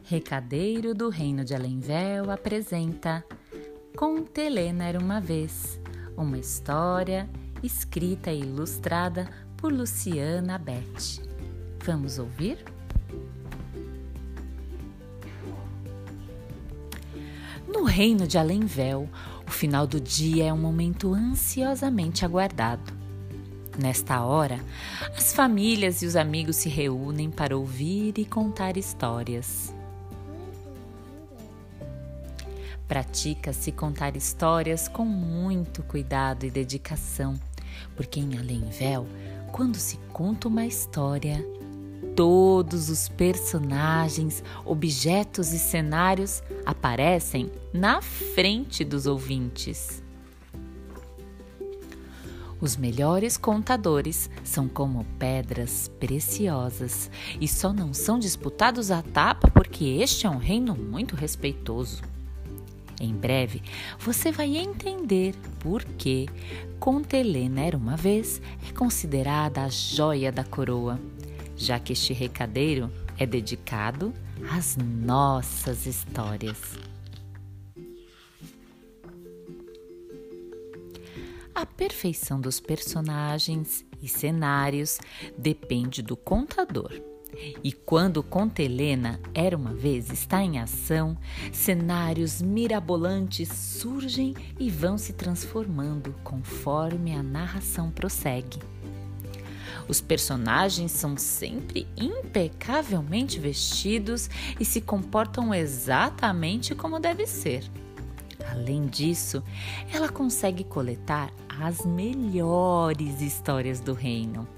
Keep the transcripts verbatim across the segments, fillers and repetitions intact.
Recadeiro do Reino de Alenvéu apresenta Conte Helena Era Uma Vez, uma história escrita e ilustrada por Luciana Beth. Vamos ouvir? No Reino de Alenvéu, o final do dia é um momento ansiosamente aguardado. Nesta hora, as famílias e os amigos se reúnem para ouvir e contar histórias. Pratica-se contar histórias com muito cuidado e dedicação, porque em Alenvéu, quando se conta uma história, todos os personagens, objetos e cenários aparecem na frente dos ouvintes. Os melhores contadores são como pedras preciosas e só não são disputados à tapa porque este é um reino muito respeitoso. Em breve, você vai entender por que Conte Helena Era Uma Vez é considerada a joia da coroa, já que este recadeiro é dedicado às nossas histórias. A perfeição dos personagens e cenários depende do contador. E quando Conte Helena Era Uma Vez está em ação, cenários mirabolantes surgem e vão se transformando conforme a narração prossegue. Os personagens são sempre impecavelmente vestidos e se comportam exatamente como deve ser. Além disso, ela consegue coletar as melhores histórias do reino.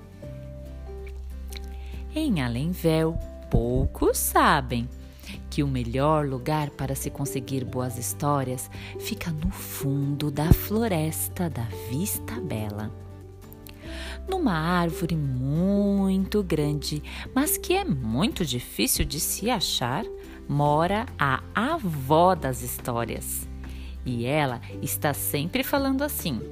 Em Alenvéu, poucos sabem que o melhor lugar para se conseguir boas histórias fica no fundo da floresta da Vista Bela. Numa árvore muito grande, mas que é muito difícil de se achar, mora a avó das histórias. E ela está sempre falando assim.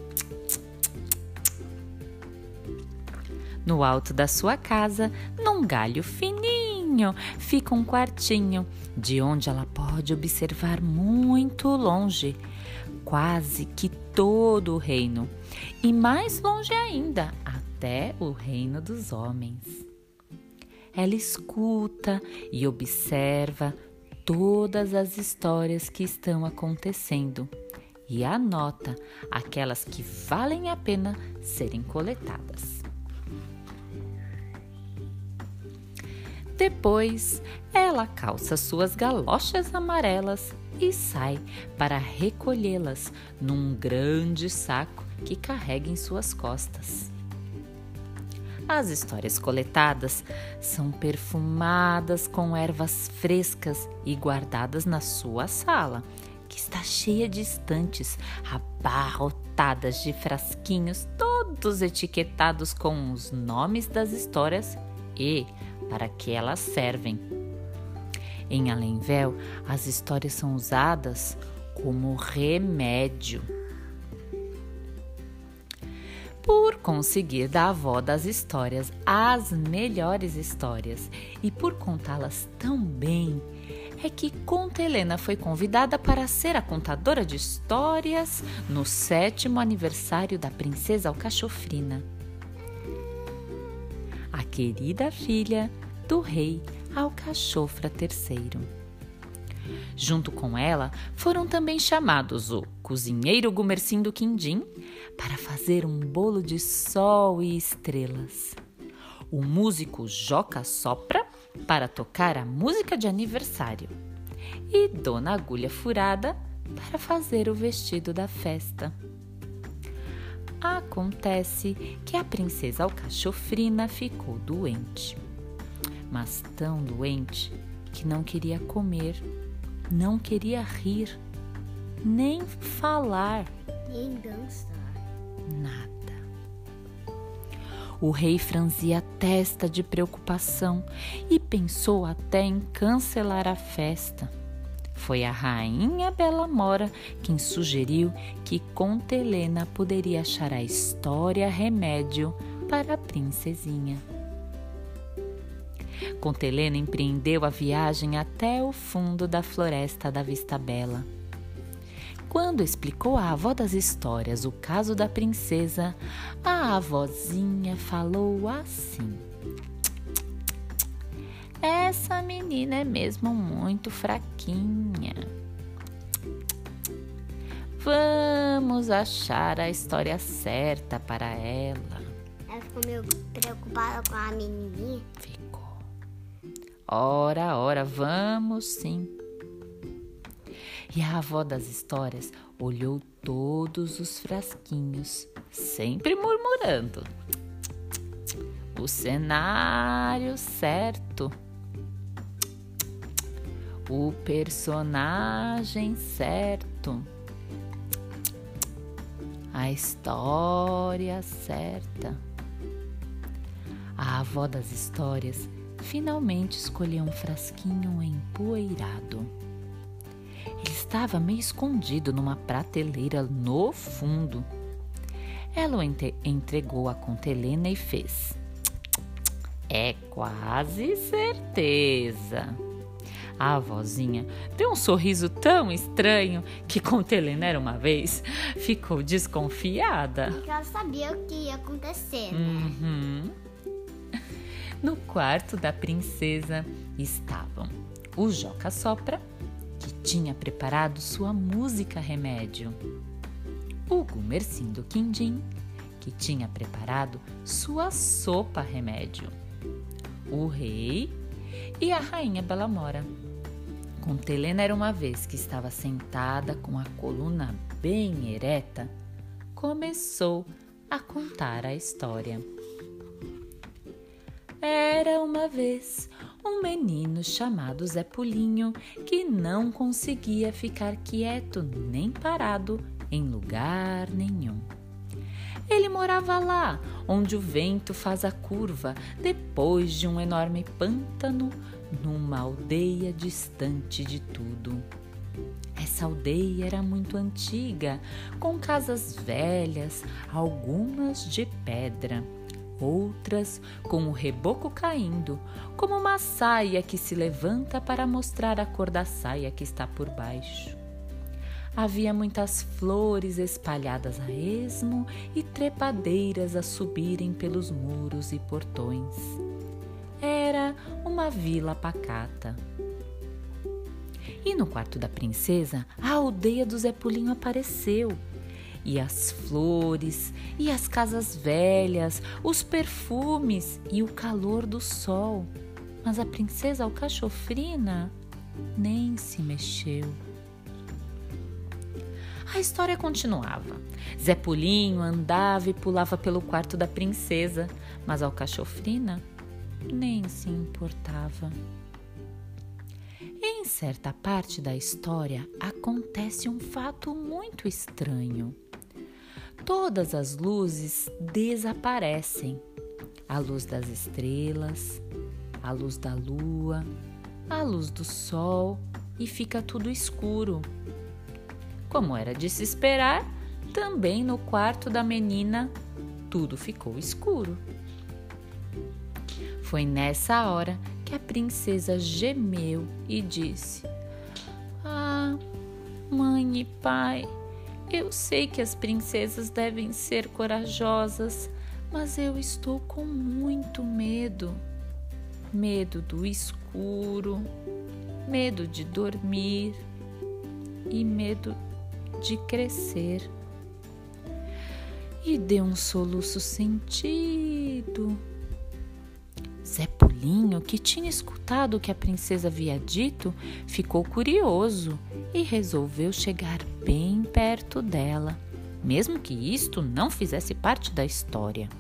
No alto da sua casa, num galho fininho, fica um quartinho, de onde ela pode observar muito longe, quase que todo o reino, e mais longe ainda, até o reino dos homens. Ela escuta e observa todas as histórias que estão acontecendo e anota aquelas que valem a pena serem coletadas. Depois, ela calça suas galochas amarelas e sai para recolhê-las num grande saco que carrega em suas costas. As histórias coletadas são perfumadas com ervas frescas e guardadas na sua sala, que está cheia de estantes abarrotadas de frasquinhos, todos etiquetados com os nomes das histórias e para que elas servem. Em Alenvéu, as histórias são usadas como remédio. Por conseguir da avó das histórias as melhores histórias e por contá-las tão bem, é que Conte Helena foi convidada para ser a contadora de histórias no sétimo aniversário da princesa Alcachofrina, a querida filha do rei Alcachofra terceiro. Junto com ela foram também chamados o cozinheiro Gumercindo Quindim para fazer um bolo de sol e estrelas, o músico Joca Sopra para tocar a música de aniversário e Dona Agulha Furada para fazer o vestido da festa. Acontece que a princesa Alcachofrina ficou doente, mas tão doente que não queria comer, não queria rir, nem falar, nem dançar. Nada. O rei franzia a testa de preocupação e pensou até em cancelar a festa. Foi a rainha Bela Mora quem sugeriu que Conte Helena poderia achar a história remédio para a princesinha. Contelena empreendeu a viagem até o fundo da floresta da Vista Bela. Quando explicou à avó das histórias o caso da princesa, a avózinha falou assim: essa menina é mesmo muito fraquinha. Vamos achar a história certa para ela. Ela ficou meio preocupada com a menininha. Ficou. Ora, ora, vamos sim. E a avó das histórias olhou todos os frasquinhos, sempre murmurando: o cenário certo, o personagem certo, a história certa. A avó das histórias finalmente escolheu um frasquinho empoeirado. Ele estava meio escondido numa prateleira no fundo. Ela o entregou a Contelena e fez: é quase certeza. A avózinha deu um sorriso tão estranho que Contelena era uma vez ficou desconfiada. Porque ela sabia o que ia acontecer, né? Uhum. No quarto da princesa estavam o Joca Sopra, que tinha preparado sua música remédio, o Gumercindo Quindim, que tinha preparado sua sopa remédio, o rei e a rainha Belamora. Contelena era uma vez que estava sentada com a coluna bem ereta, começou a contar a história. Era uma vez um menino chamado Zé Pulinho que não conseguia ficar quieto nem parado em lugar nenhum. Ele morava lá, onde o vento faz a curva, depois de um enorme pântano, numa aldeia distante de tudo. Essa aldeia era muito antiga, com casas velhas, algumas de pedra, outras com o reboco caindo, como uma saia que se levanta para mostrar a cor da saia que está por baixo. Havia muitas flores espalhadas a esmo e trepadeiras a subirem pelos muros e portões. Era uma vila pacata. E no quarto da princesa, a aldeia do Zé Pulinho apareceu. E as flores, e as casas velhas, os perfumes e o calor do sol. Mas a princesa Alcachofrina nem se mexeu. A história continuava. Zé Pulinho andava e pulava pelo quarto da princesa, mas Alcachofrina nem se importava. Em certa parte da história acontece um fato muito estranho. Todas as luzes desaparecem. A luz das estrelas, a luz da lua, a luz do sol, e fica tudo escuro. Como era de se esperar, também no quarto da menina tudo ficou escuro. Foi nessa hora que a princesa gemeu e disse: Ah, mãe e pai, eu sei que as princesas devem ser corajosas, mas eu estou com muito medo. Medo do escuro, medo de dormir e medo de crescer. E deu um soluço sentido. Zé Pulinho, que tinha escutado o que a princesa havia dito, ficou curioso e resolveu chegar bem perto dela, mesmo que isto não fizesse parte da história.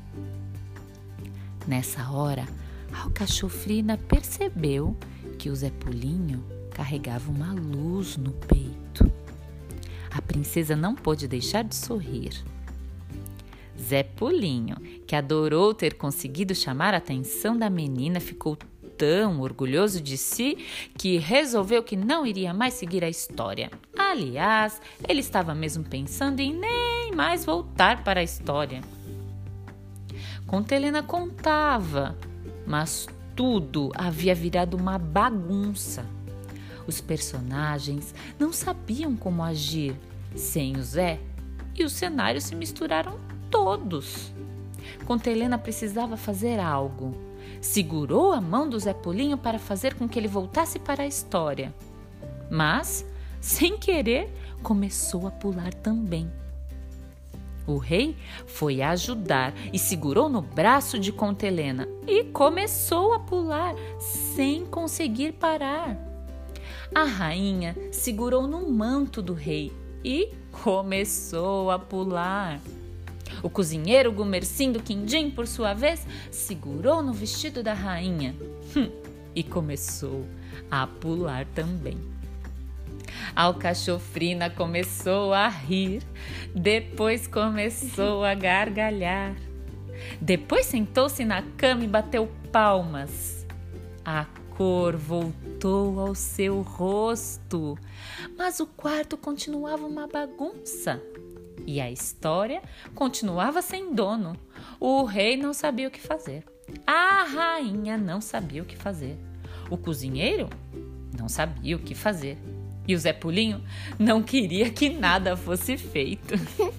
Nessa hora, a Alcachofrina percebeu que o Zé Pulinho carregava uma luz no peito. A princesa não pôde deixar de sorrir. Zé Pulinho, que adorou ter conseguido chamar a atenção da menina, ficou tão orgulhoso de si que resolveu que não iria mais seguir a história. Aliás, ele estava mesmo pensando em nem mais voltar para a história. Contelena contava, mas tudo havia virado uma bagunça. Os personagens não sabiam como agir sem o Zé e os cenários se misturaram todos. Contelena precisava fazer algo. Segurou a mão do Zé Pulinho para fazer com que ele voltasse para a história. Mas, sem querer, começou a pular também. O rei foi ajudar e segurou no braço de Contelena e começou a pular sem conseguir parar. A rainha segurou no manto do rei e começou a pular. O cozinheiro Gumercindo Quindim, por sua vez, segurou no vestido da rainha hum, e começou a pular também. A alcachofrina começou a rir, depois começou a gargalhar. Depois sentou-se na cama e bateu palmas. A cor voltou ao seu rosto, mas o quarto continuava uma bagunça. E a história continuava sem dono. O rei não sabia o que fazer. A rainha não sabia o que fazer. O cozinheiro não sabia o que fazer. E o Zé Pulinho não queria que nada fosse feito.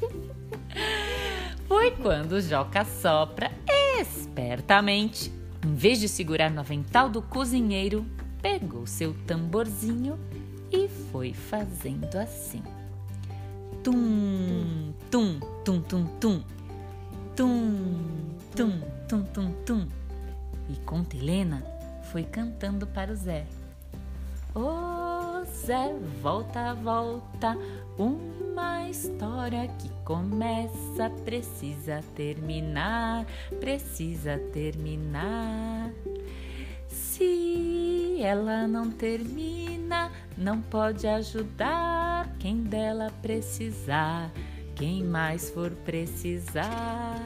Foi quando o Joca Sopra, espertamente, em vez de segurar no avental do cozinheiro, pegou seu tamborzinho e foi fazendo assim. Tum, tum, tum, tum, tum. Tum, tum, tum, tum, tum. E Contelena foi cantando para o Zé. Ô Zé, volta, volta, uma história que começa, precisa terminar, precisa terminar. Se ela não termina, não pode ajudar quem dela precisar, quem mais for precisar.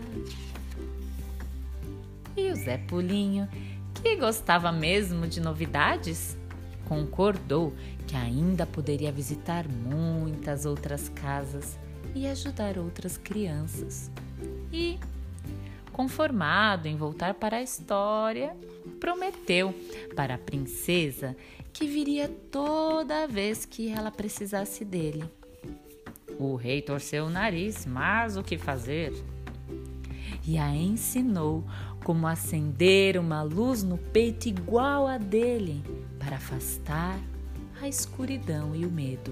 E o Zé Pulinho, que gostava mesmo de novidades, concordou que ainda poderia visitar muitas outras casas e ajudar outras crianças. E, conformado em voltar para a história, prometeu para a princesa que viria toda vez que ela precisasse dele. O rei torceu o nariz, mas o que fazer? E a ensinou como acender uma luz no peito igual a dele, para afastar a escuridão e o medo.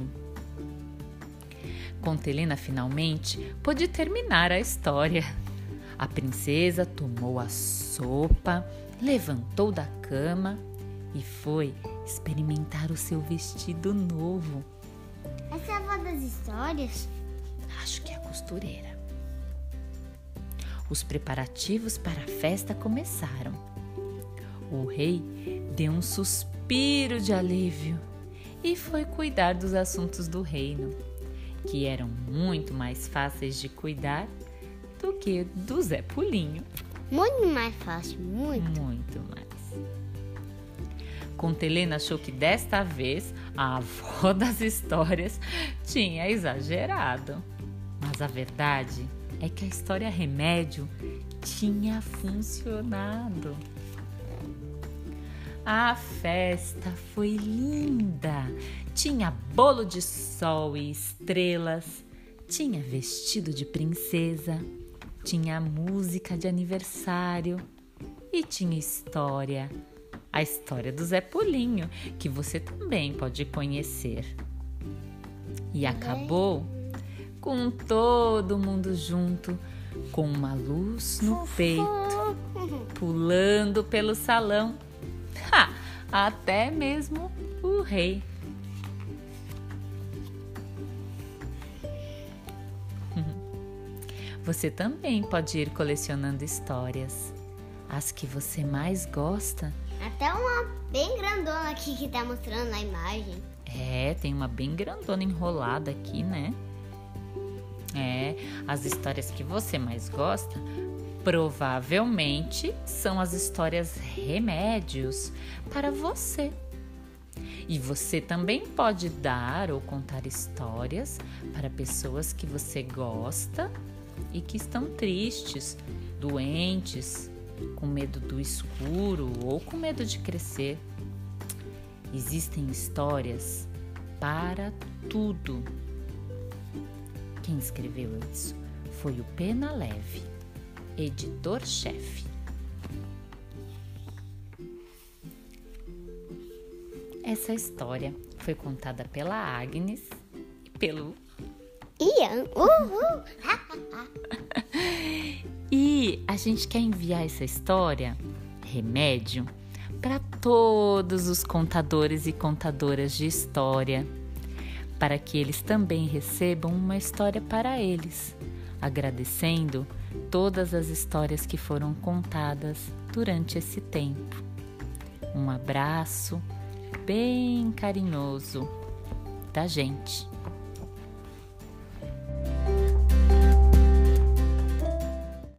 Contelena finalmente pôde terminar a história. A princesa tomou a sopa, levantou da cama e foi experimentar o seu vestido novo. Essa é a avó das histórias? Acho que é a costureira. Os preparativos para a festa começaram. O rei deu um suspiro de alívio e foi cuidar dos assuntos do reino, que eram muito mais fáceis de cuidar do que do Zé Pulinho. Muito mais fácil, muito. Muito mais. Contelena achou que desta vez a avó das histórias tinha exagerado. Mas a verdade é que a história remédio tinha funcionado. A festa foi linda. Tinha bolo de sol e estrelas, tinha vestido de princesa, tinha música de aniversário e tinha história. A história do Zé Pulinho, que você também pode conhecer. E acabou com todo mundo junto, com uma luz no peito, pulando pelo salão. Ha! Até mesmo o rei. Você também pode ir colecionando histórias, as que você mais gosta. Até uma bem grandona aqui que tá mostrando na imagem. É, tem uma bem grandona enrolada aqui, né? É, as histórias que você mais gosta provavelmente são as histórias remédios para você. E você também pode dar ou contar histórias para pessoas que você gosta e que estão tristes, doentes com medo do escuro ou com medo de crescer. Existem histórias para tudo. Quem escreveu isso foi o Pena Leve, editor-chefe. Essa história foi contada pela Agnes e pelo Ian. Uhul. E a gente quer enviar essa história, Remédio, para todos os contadores e contadoras de história, para que eles também recebam uma história para eles, agradecendo todas as histórias que foram contadas durante esse tempo. Um abraço bem carinhoso da gente.